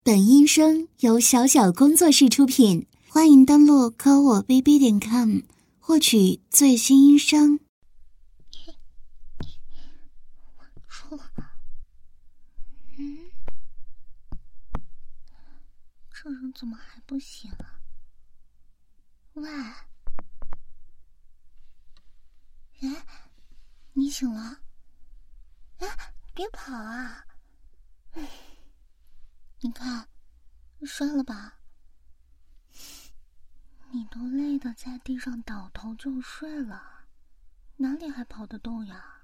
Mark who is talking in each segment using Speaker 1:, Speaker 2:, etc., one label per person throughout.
Speaker 1: 本音声由小小工作室出品，欢迎登录科我 bb.com 获取最新音声。
Speaker 2: 出了，这人怎么还不醒啊？喂，哎，你醒了？哎，别跑啊！你看，摔了吧？你都累得在地上倒头就睡了，哪里还跑得动呀？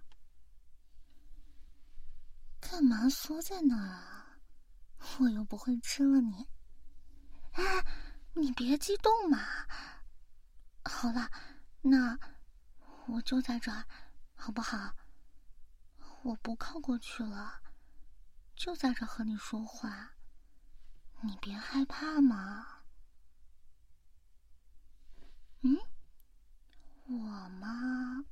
Speaker 2: 干嘛缩在那儿啊？我又不会吃了你。哎，你别激动嘛。好了，那我就在这儿，好不好？我不靠过去了，就在这儿和你说话，你别害怕嘛。我吗？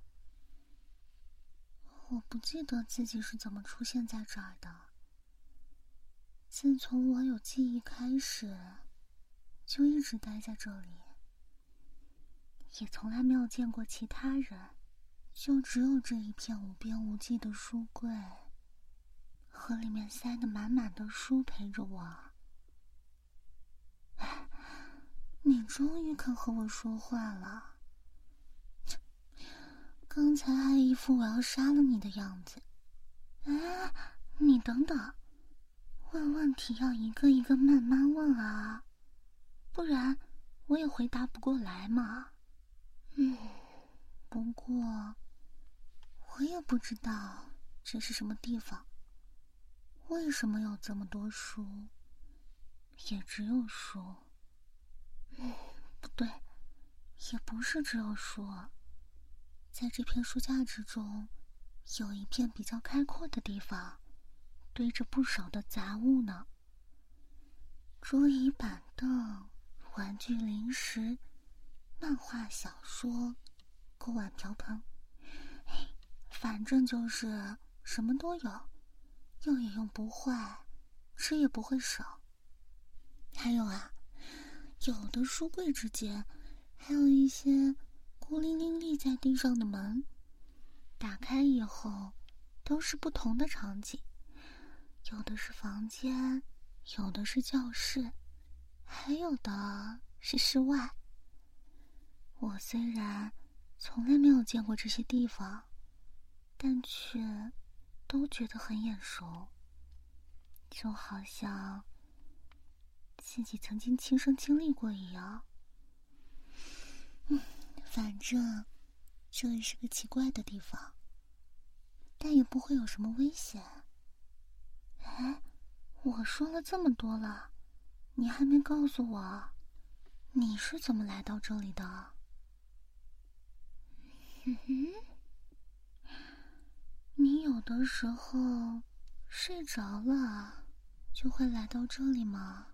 Speaker 2: 我不记得自己是怎么出现在这儿的。自从我有记忆开始，就一直待在这里，也从来没有见过其他人，就只有这一片无边无际的书柜，和里面塞得满满的书陪着我。你终于肯和我说话了。刚才还一副我要杀了你的样子。哎，你等等，问问题要一个一个慢慢问啊，不然我也回答不过来嘛。不过我也不知道这是什么地方，为什么有这么多书，也只有书。不对，也不是只有书，在这片书架之中，有一片比较开阔的地方，堆着不少的杂物呢。桌椅板凳、玩具零食、漫画小说、锅碗瓢盆，反正就是什么都有，用也用不坏，吃也不会少。还有啊，有的书柜之间还有一些孤零零立在地上的门，打开以后都是不同的场景，有的是房间，有的是教室，还有的是室外。我虽然从来没有见过这些地方，但却都觉得很眼熟，就好像自己曾经亲身经历过一样。反正这里是个奇怪的地方，但也不会有什么危险。哎，我说了这么多了，你还没告诉我你是怎么来到这里的？你有的时候睡着了就会来到这里吗？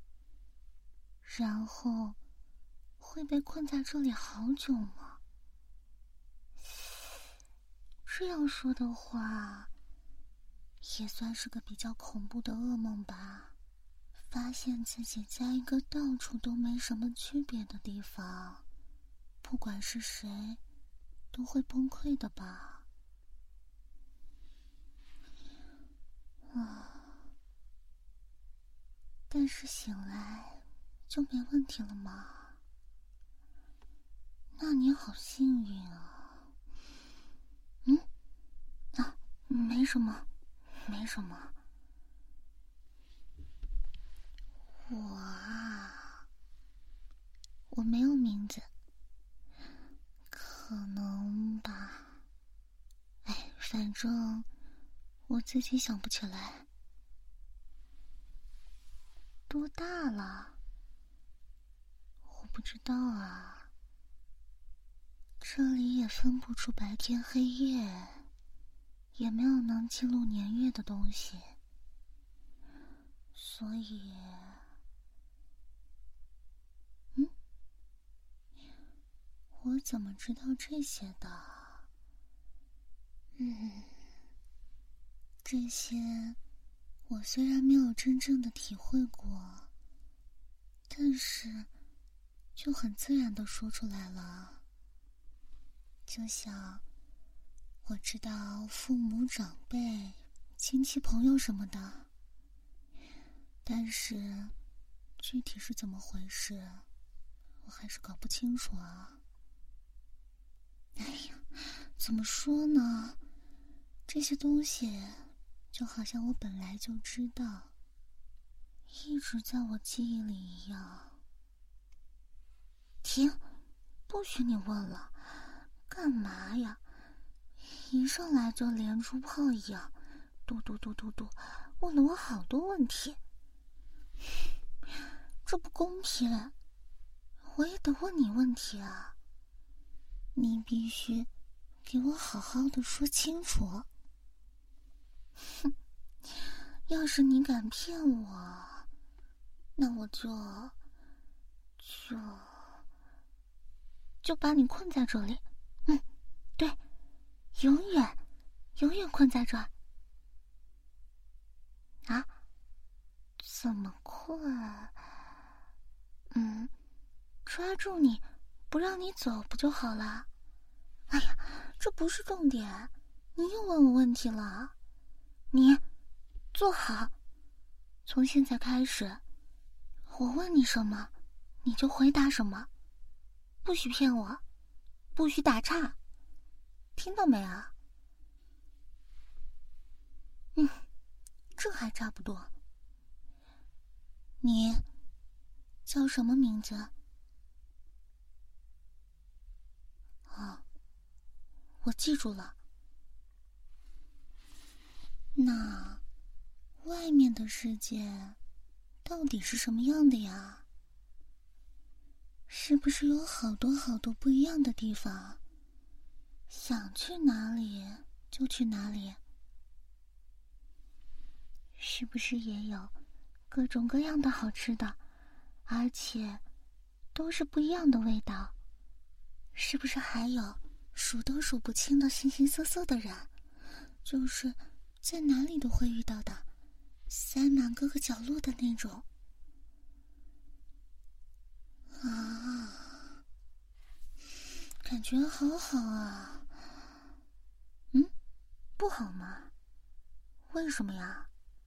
Speaker 2: 然后会被困在这里好久吗？这样说的话，也算是个比较恐怖的噩梦吧。发现自己在一个到处都没什么区别的地方，不管是谁都会崩溃的吧。但是醒来就没问题了吗？那你好幸运啊。没什么，没什么。我没有名字，可能吧。反正我自己想不起来。多大了？我不知道啊。这里也分不出白天黑夜，也没有能记录年月的东西，所以我怎么知道这些的？这些我虽然没有真正的体会过，但是就很自然地说出来了。就像我知道父母长辈、亲戚朋友什么的，但是具体是怎么回事，我还是搞不清楚啊。哎呀，怎么说呢？这些东西就好像我本来就知道，一直在我记忆里一样。停，不许你问了，干嘛呀？一上来就连珠炮一样，嘟嘟嘟嘟嘟，问了我好多问题。这不公平，我也得问你问题啊。你必须给我好好的说清楚。哼，要是你敢骗我，那我就把你困在这里。对，永远困在这儿。啊？怎么困？抓住你，不让你走不就好了？哎呀，这不是重点，你又问我问题了。你坐好，从现在开始，我问你什么，你就回答什么，不许骗我，不许打岔，听到没啊？这还差不多。你叫什么名字？哦，我记住了。那外面的世界到底是什么样的呀？是不是有好多好多不一样的地方？想去哪里就去哪里？是不是也有各种各样的好吃的，而且都是不一样的味道？是不是还有数都数不清的形形色色的人，就是在哪里都会遇到的，塞满各个角落的那种？啊，感觉好好啊。不好吗？为什么呀？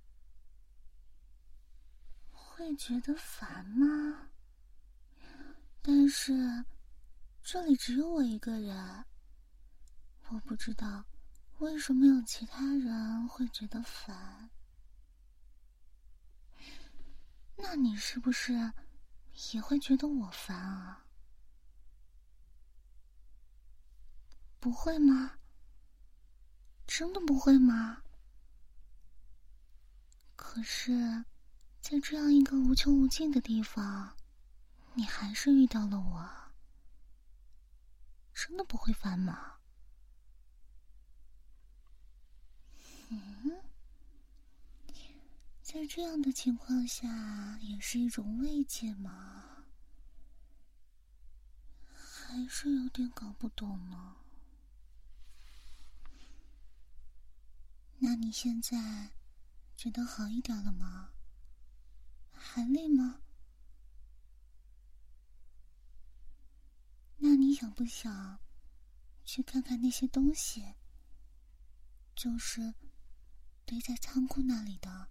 Speaker 2: 会觉得烦吗？但是这里只有我一个人，我不知道为什么有其他人会觉得烦。那你是不是也会觉得我烦啊？不会吗？真的不会吗？可是在这样一个无穷无尽的地方，你还是遇到了我，真的不会烦吗？在这样的情况下，也是一种慰藉吗？还是有点搞不懂呢。那你现在觉得好一点了吗？还累吗？那你想不想去看看那些东西？就是堆在仓库那里的。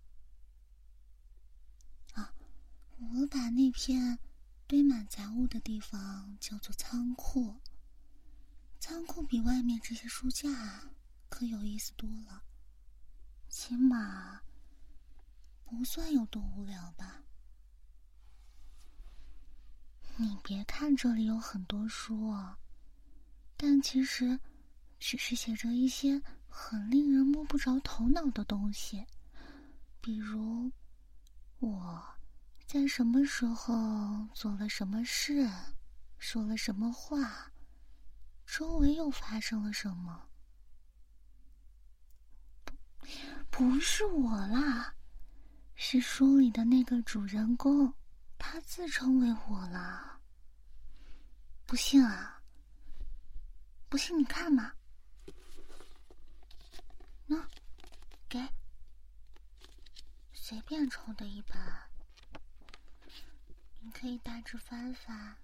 Speaker 2: 我把那片堆满杂物的地方叫做仓库。仓库比外面这些书架可有意思多了，起码不算有多无聊吧。你别看这里有很多书啊，但其实只是写着一些很令人摸不着头脑的东西，比如我在什么时候做了什么事，说了什么话，周围又发生了什么。不是我啦，是书里的那个主人公，他自称为我啦。不信啊？不信你看嘛。那，给。 随便抽的一本，你可以大致翻翻。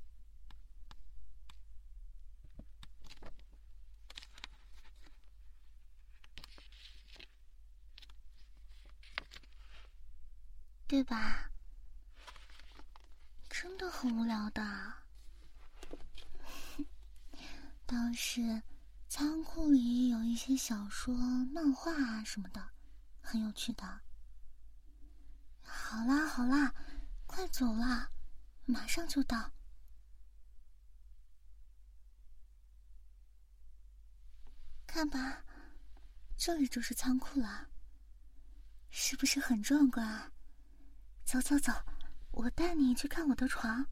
Speaker 2: 对吧？真的很无聊的。倒是仓库里有一些小说、漫画啊什么的，很有趣的。好啦好啦，快走啦，马上就到。看吧，这里就是仓库了，是不是很壮观啊？走走走，我带你去看我的床。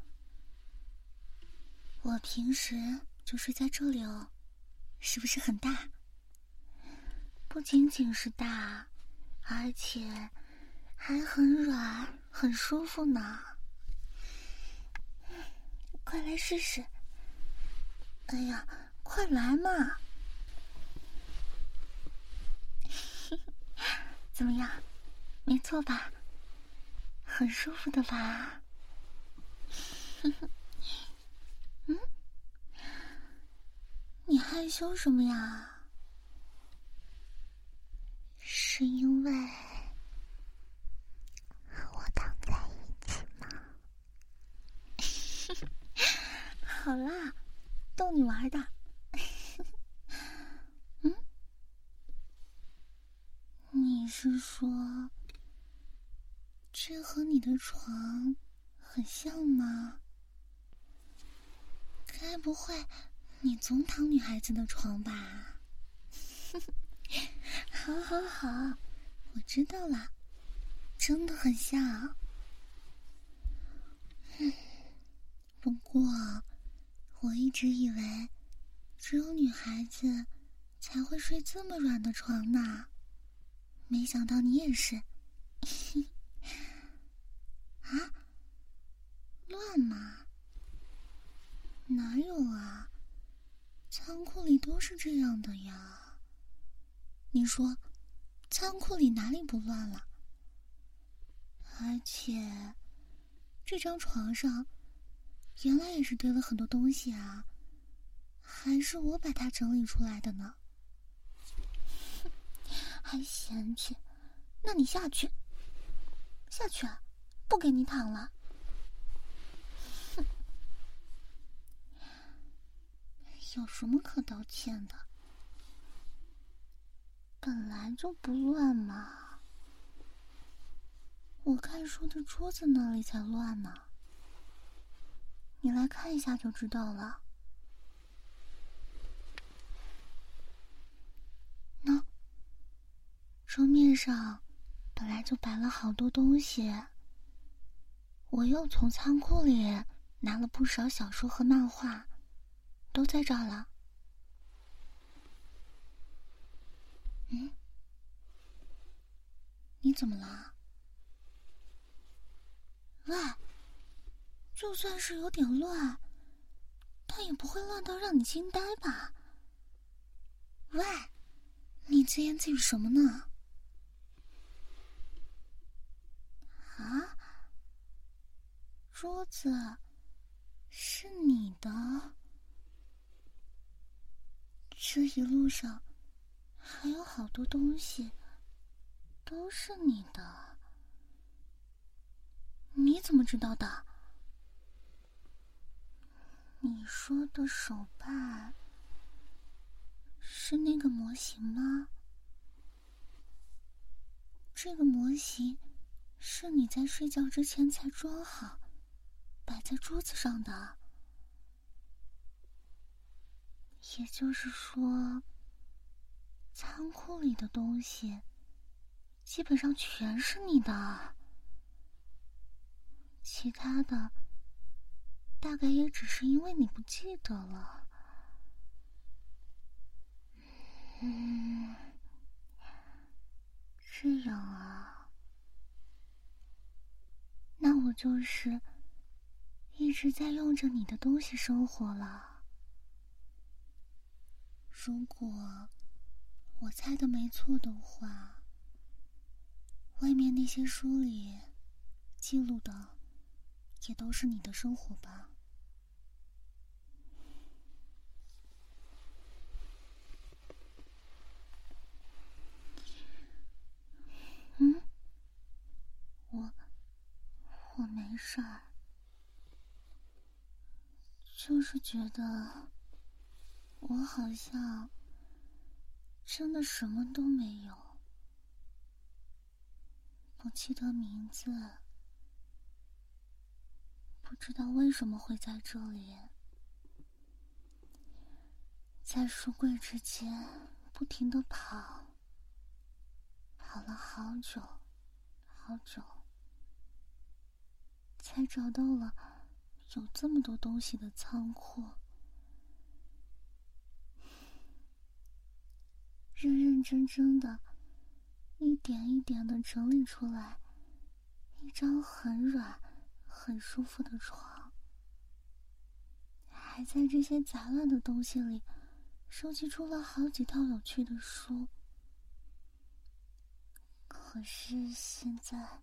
Speaker 2: 我平时就睡在这里哦，是不是很大？不仅仅是大，而且还很软，很舒服呢。快来试试！哎呀，快来嘛！怎么样？没错吧？很舒服的吧？嗯？你害羞什么呀？是因为和我躺在一起吗？好啦，逗你玩的。嗯？你是说这和你的床很像吗？该不会你总躺女孩子的床吧？好好好，我知道了，真的很像。不过我一直以为只有女孩子才会睡这么软的床呢，没想到你也是。啊？乱吗？哪有啊，仓库里都是这样的呀。你说仓库里哪里不乱了？而且这张床上原来也是堆了很多东西啊，还是我把它整理出来的呢。还嫌弃？那你下去，下去啊，不给你躺了。有什么可道歉的？本来就不乱嘛，我看书的桌子那里才乱呢。你来看一下就知道了。喏，桌面上本来就摆了好多东西，我又从仓库里拿了不少小说和漫画，都在这儿了。嗯？你怎么了？喂，就算是有点乱，但也不会乱到让你惊呆吧？喂，你自言自语什么呢？啊？桌子是你的？这一路上还有好多东西都是你的，你怎么知道的？你说的手办是那个模型吗？这个模型是你在睡觉之前才装好，摆在桌子上的。也就是说，仓库里的东西基本上全是你的，其他的大概也只是因为你不记得了。这样啊，那我就是一直在用着你的东西生活了。如果我猜的没错的话， 外面那些书里记录的也都是你的生活吧？嗯，我没事儿，就是觉得我好像真的什么都没有，不记得名字，不知道为什么会在这里，在书柜之间不停地跑，跑了好久好久，才找到了有这么多东西的仓库。认认真真的一点一点的整理出来一张很软很舒服的床，还在这些杂乱的东西里收集出了好几套有趣的书。可是现在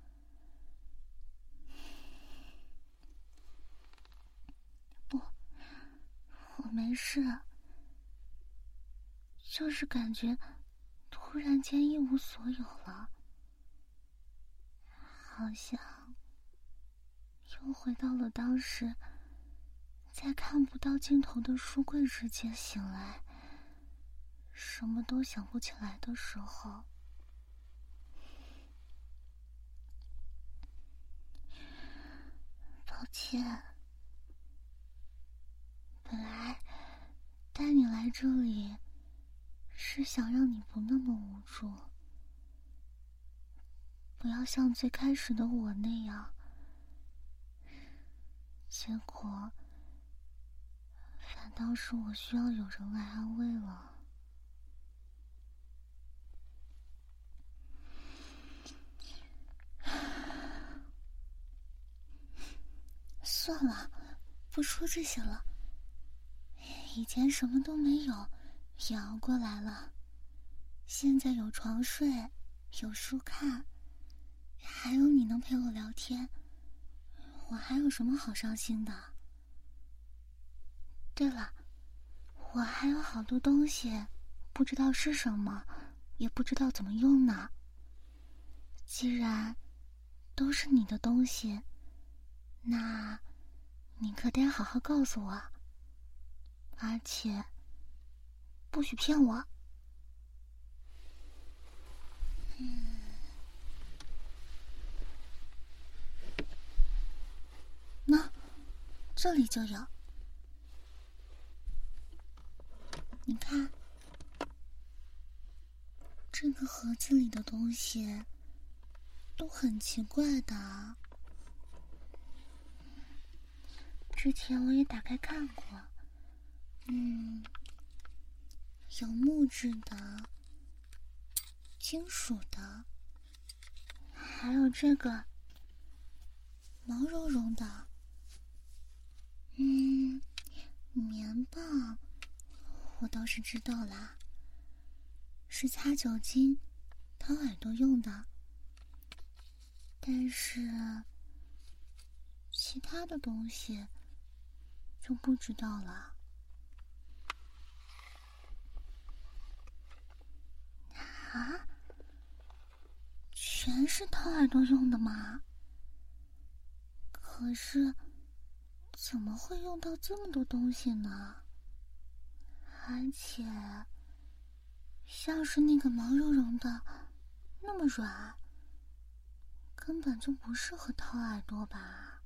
Speaker 2: 不，我没事，就是感觉突然间一无所有了，好像又回到了当时在看不到尽头的书柜之间醒来，什么都想不起来的时候。抱歉，本来带你来这里是想让你不那么无助，不要像最开始的我那样，结果反倒是我需要有人来安慰了。算了，不说这些了。以前什么都没有，也熬过来了。现在有床睡，有书看，还有你能陪我聊天，我还有什么好伤心的？对了，我还有好多东西，不知道是什么，也不知道怎么用呢。既然都是你的东西，那你可得好好告诉我，而且不许骗我。那这里就有，你看，这个盒子里的东西都很奇怪的。之前我也打开看过，有木质的、金属的，还有这个毛茸茸的，棉棒我倒是知道啦，是擦酒精、掏耳朵用的，但是其他的东西就不知道了。啊？全是掏耳朵用的吗？可是怎么会用到这么多东西呢？而且像是那个毛茸茸的那么软，根本就不适合掏耳朵吧？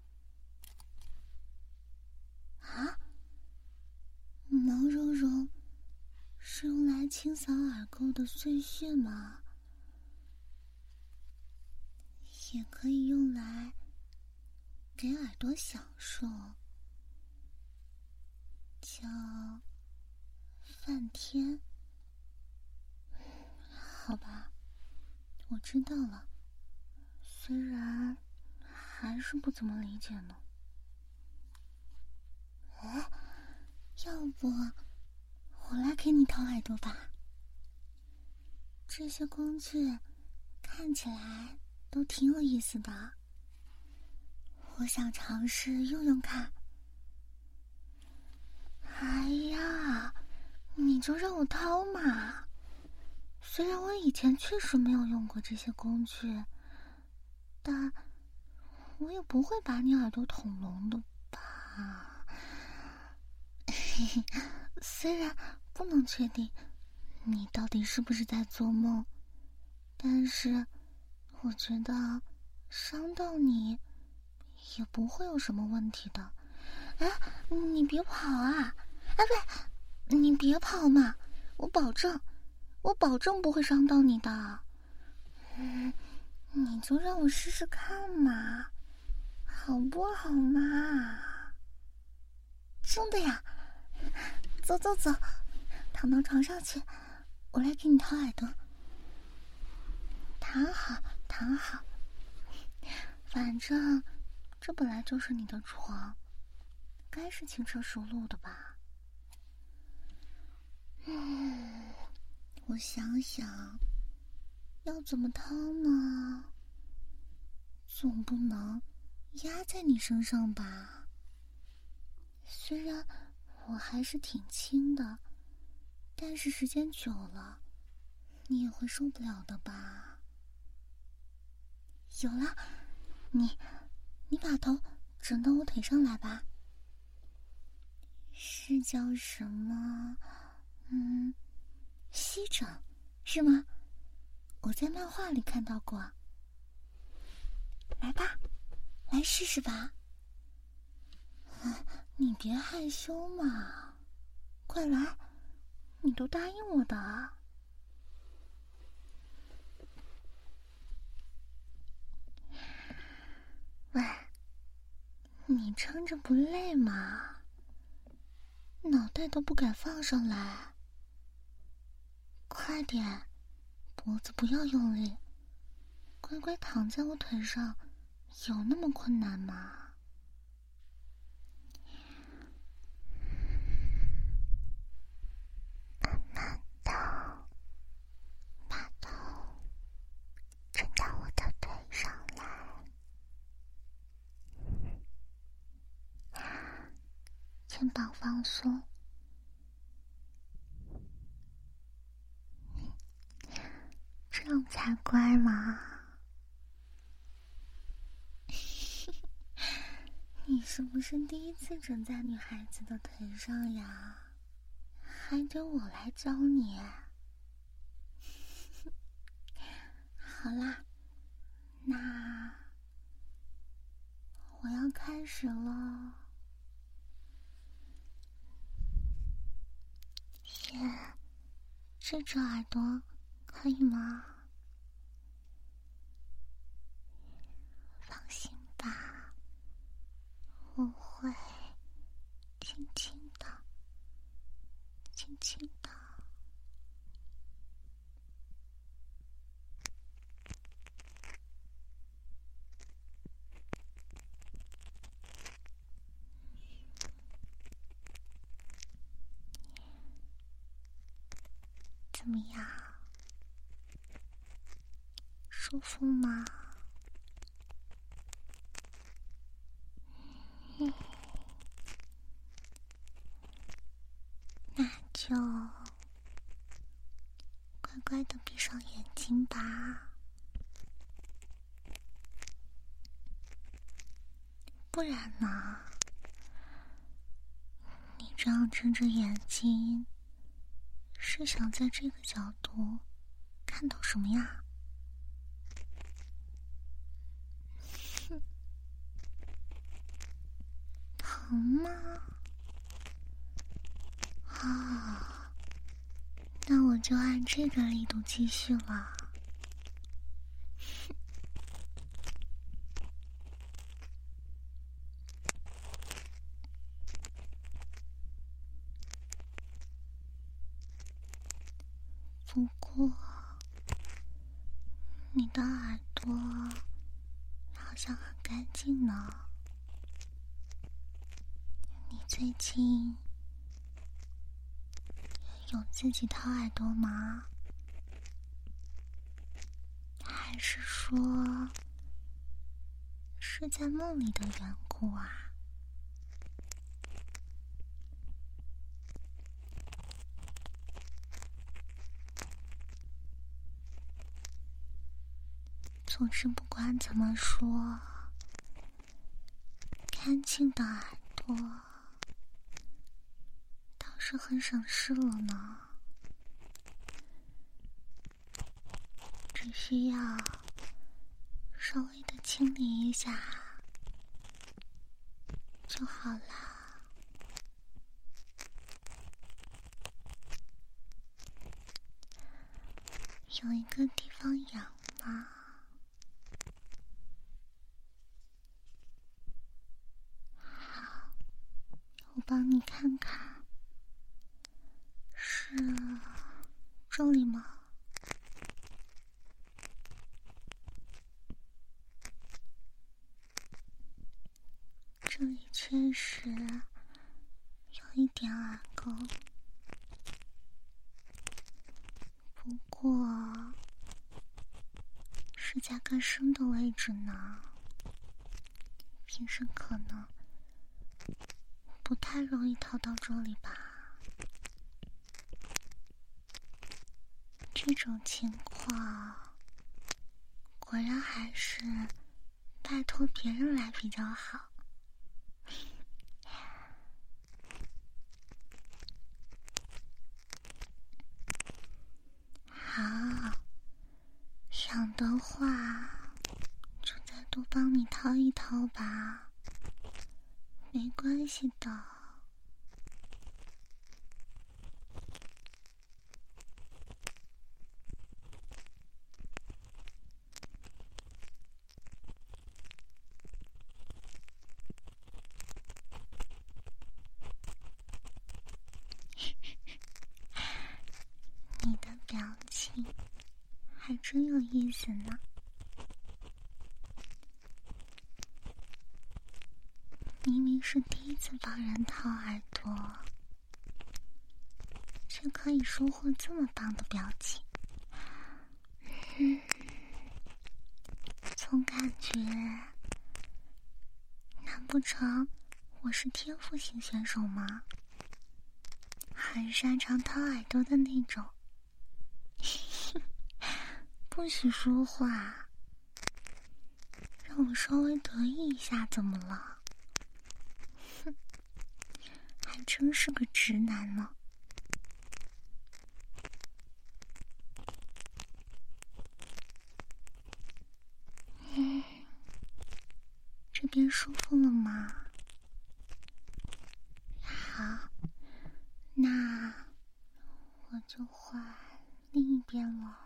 Speaker 2: 啊？毛茸茸是用来清扫耳垢的碎屑吗？也可以用来给耳朵享受，叫梵天。好吧，我知道了，虽然还是不怎么理解呢。哎，要不我来给你掏耳朵吧？这些工具看看起来都挺有意思的，我想尝试用用看。哎呀，你就让我掏嘛！虽然我以前确实没有用过这些工具，但我也不会把你耳朵捅聋的吧？虽然不能确定你到底是不是在做梦，但是我觉得伤到你也不会有什么问题的。哎，你别跑啊！哎，不，你别跑嘛！我保证不会伤到你的。你就让我试试看嘛，好不好嘛？真的呀！走走走，躺到床上去，我来给你掏耳朵。躺好，躺好。反正这本来就是你的床，该是轻车熟路的吧？我想想，要怎么掏呢？总不能压在你身上吧？虽然我还是挺轻的，但是时间久了，你也会受不了的吧？有了，你把头枕到我腿上来吧。是叫什么？吸枕是吗？我在漫画里看到过。来吧，来试试吧。你别害羞嘛，快来，你都答应我的。喂，你撑着不累吗？脑袋都不敢放上来。快点，脖子不要用力，乖乖躺在我腿上，有那么困难吗？慢慢的把头枕到我的腿上来，肩膀放松，这样才乖嘛。你是不是第一次枕在女孩子的腿上呀？还得我来教你？好啦，那我要开始了。先这只耳朵可以吗？放心吧，我会轻轻的，轻轻的。怎么样？舒服吗？那就乖乖的闭上眼睛吧，不然呢？你这样睁着眼睛，是想在这个角度看到什么呀？疼吗？啊，那我就按这个力度继续了。不过，你的耳朵好像很干净呢。你最近有自己掏耳朵吗？还还是说是在梦里的缘故啊？总之，不管怎么说，干净的耳朵倒是很省事了呢。只需要稍微的清理一下就好了。有一个地方痒吗？好，我帮你看看，是这里吗？这里确实有一点耳垢，不过是在更深的位置呢，平时可能不太容易逃到这里吧。这种情况果然还是拜托别人来比较好。好，想的话就再多帮你掏一掏吧，没关系的。你的表情还真有意思呢。明明是第一次帮人掏耳朵，却可以收获这么棒的表情。总感觉，难不成我是天赋型选手吗？很擅长掏耳朵的那种。不许说话，让我稍微得意一下怎么了？哼，还真是个直男呢。这边舒服了吗？好，那我就换另一边了。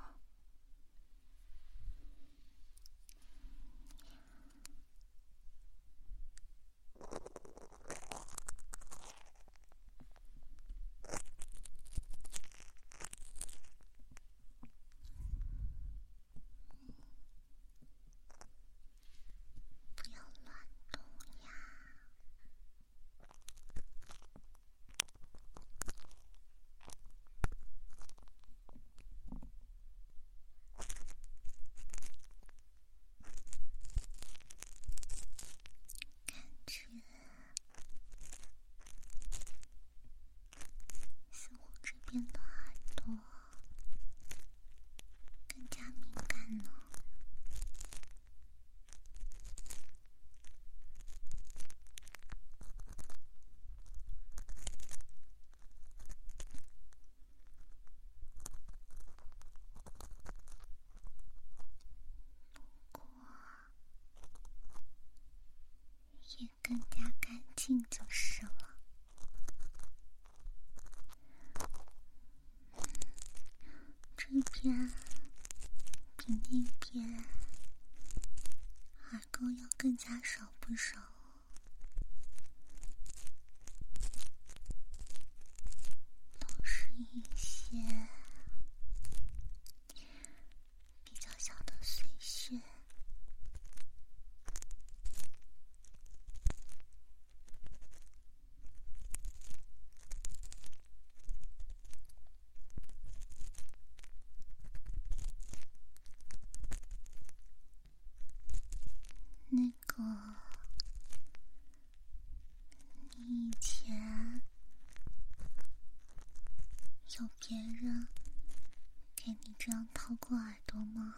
Speaker 2: 不要乱动呀。感觉似乎这边的耳朵更加敏感了。不过也更加干净就是了。这边比那边耳垢要更加少不少哦，都是一些比较小的碎屑。 你以前有别人给你这样掏过耳朵吗？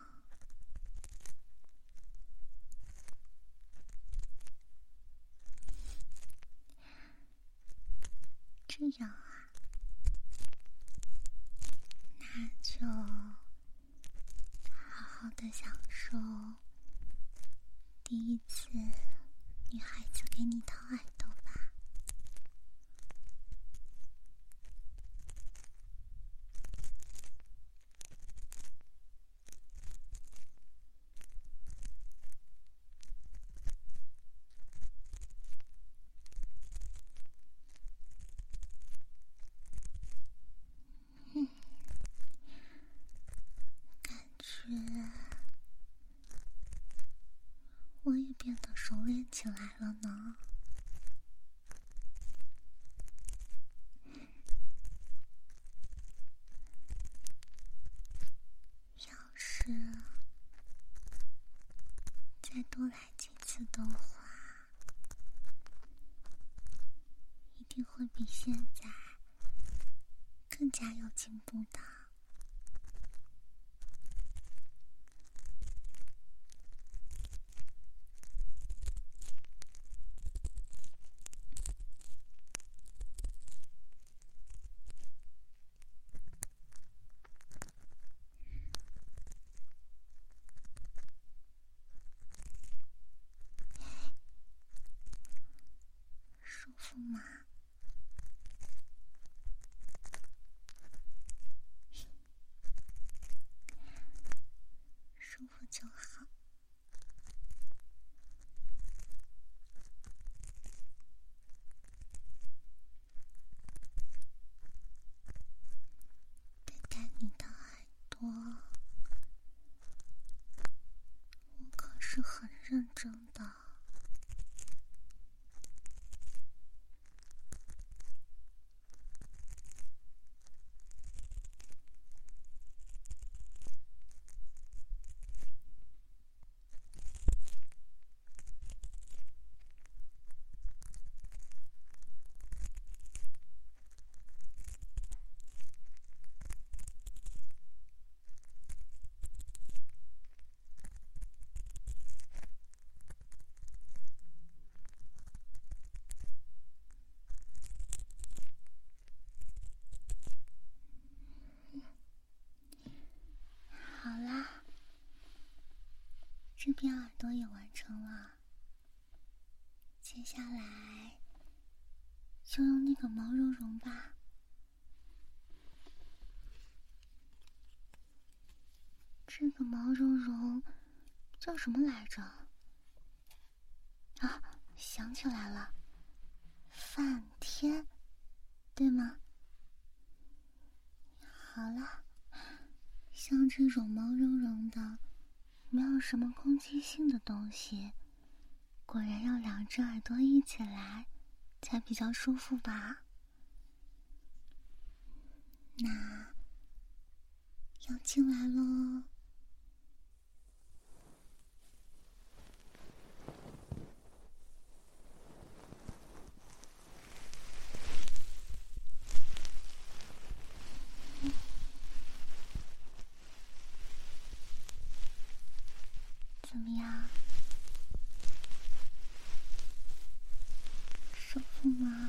Speaker 2: 这样啊，那就好好的享受第一次女孩子给你掏耳朵吧。感觉我也变得熟练起来了呢。要是再多来几次的话，一定会比现在更加有进步的。舒服吗？舒服就好。对待你的耳朵，我可是很认真的。好啦，这边耳朵也完成了，接下来就用那个毛茸茸吧。这个毛茸茸叫什么来着？啊，想起来了，梵天，对吗？好了，像这种毛茸茸的没有什么攻击性的东西，果然要两只耳朵一起来才比较舒服吧。那要进来咯。怎么样？舒服吗？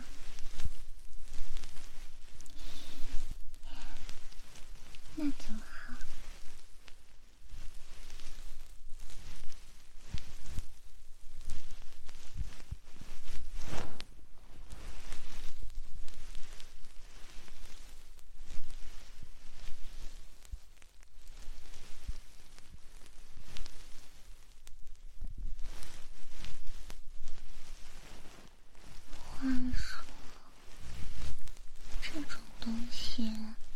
Speaker 2: 那就好。话说，这种东西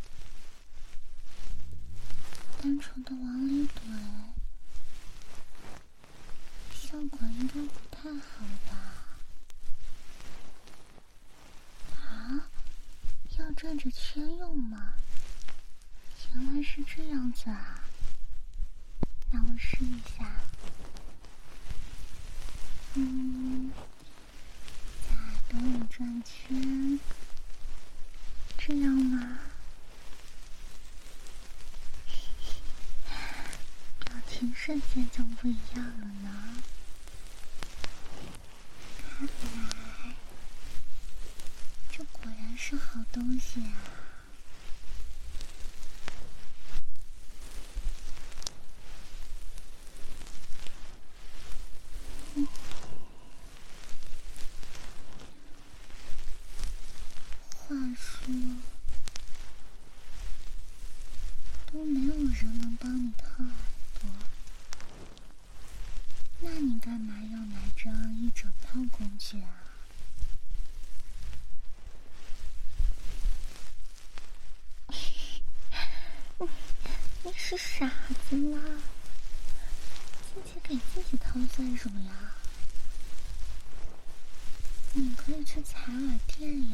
Speaker 2: 单纯的往里怼，效果应该不太好吧？啊，要转着圈用吗？原来是这样子啊！那我试一下。 在耳朵里转圈，这样吗？表情瞬间就不一样了呢。看来，这果然是好东西啊！话说，都没有人能帮你掏耳朵，那你干嘛要拿这样一整套工具啊？你是傻子吗？自己给自己掏算什么呀？你可以去采耳店呀。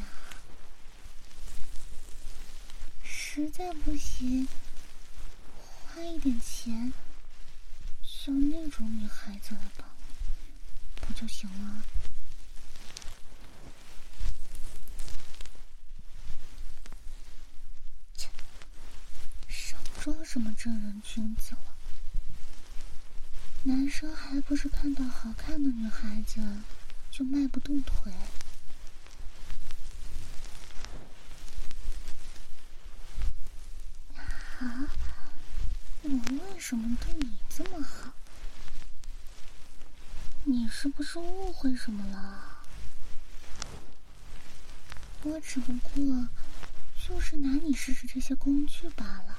Speaker 2: 实在不行，花一点钱，找那种女孩子来帮你，不就行了？切，少装什么正人君子了。男生还不是看到好看的女孩子就迈不动腿？啊？我为什么对你这么好？你是不是误会什么了？我只不过就是拿你试试这些工具罢了。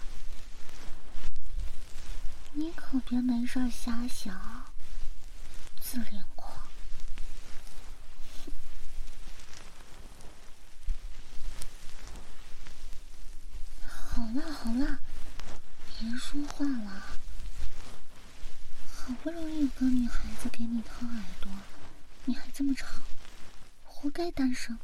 Speaker 2: 你可别没事瞎想，自恋狂。好啦好啦，别说话了。好不容易有个女孩子给你掏耳朵，你还这么吵，活该单身。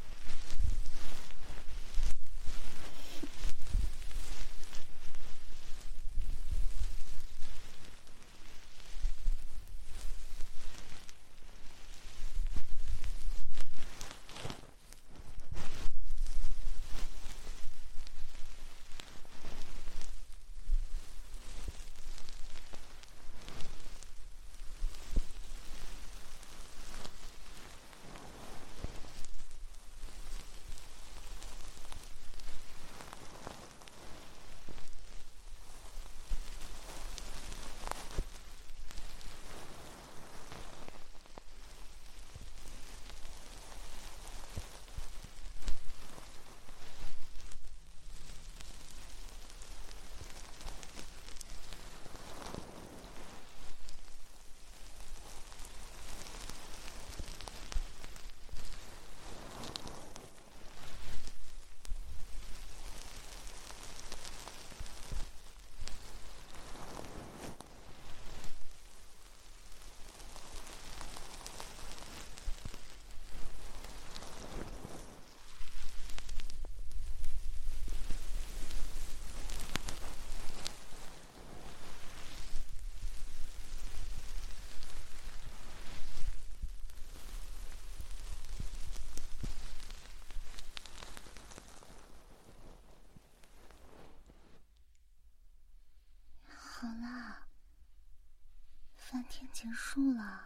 Speaker 2: 好啦，饭点结束了，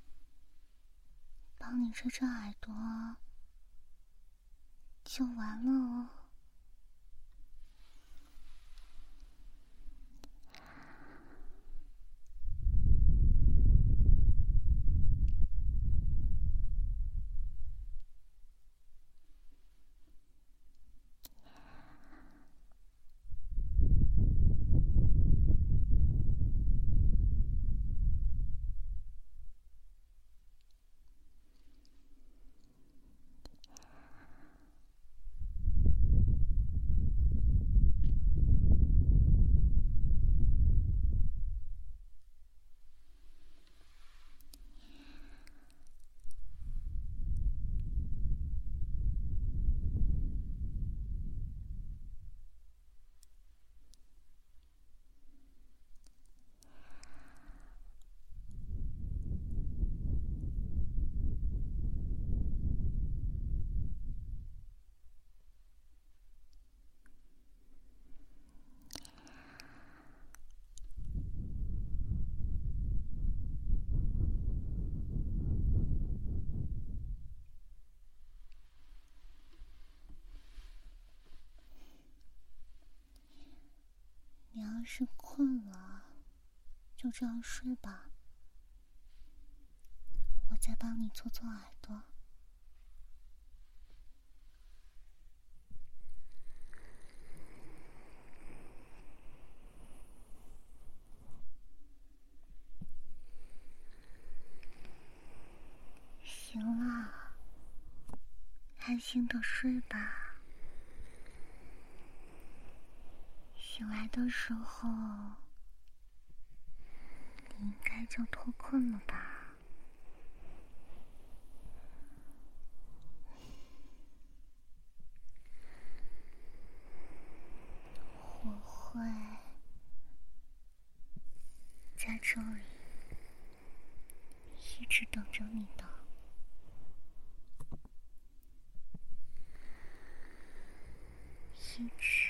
Speaker 2: 帮你这耳朵就完了哦。 要是困了，就这样睡吧，我再帮你搓搓耳朵。行了，安心的睡吧。醒来的时候，你应该就脱困了吧？我会在这里一直等着你的。一直。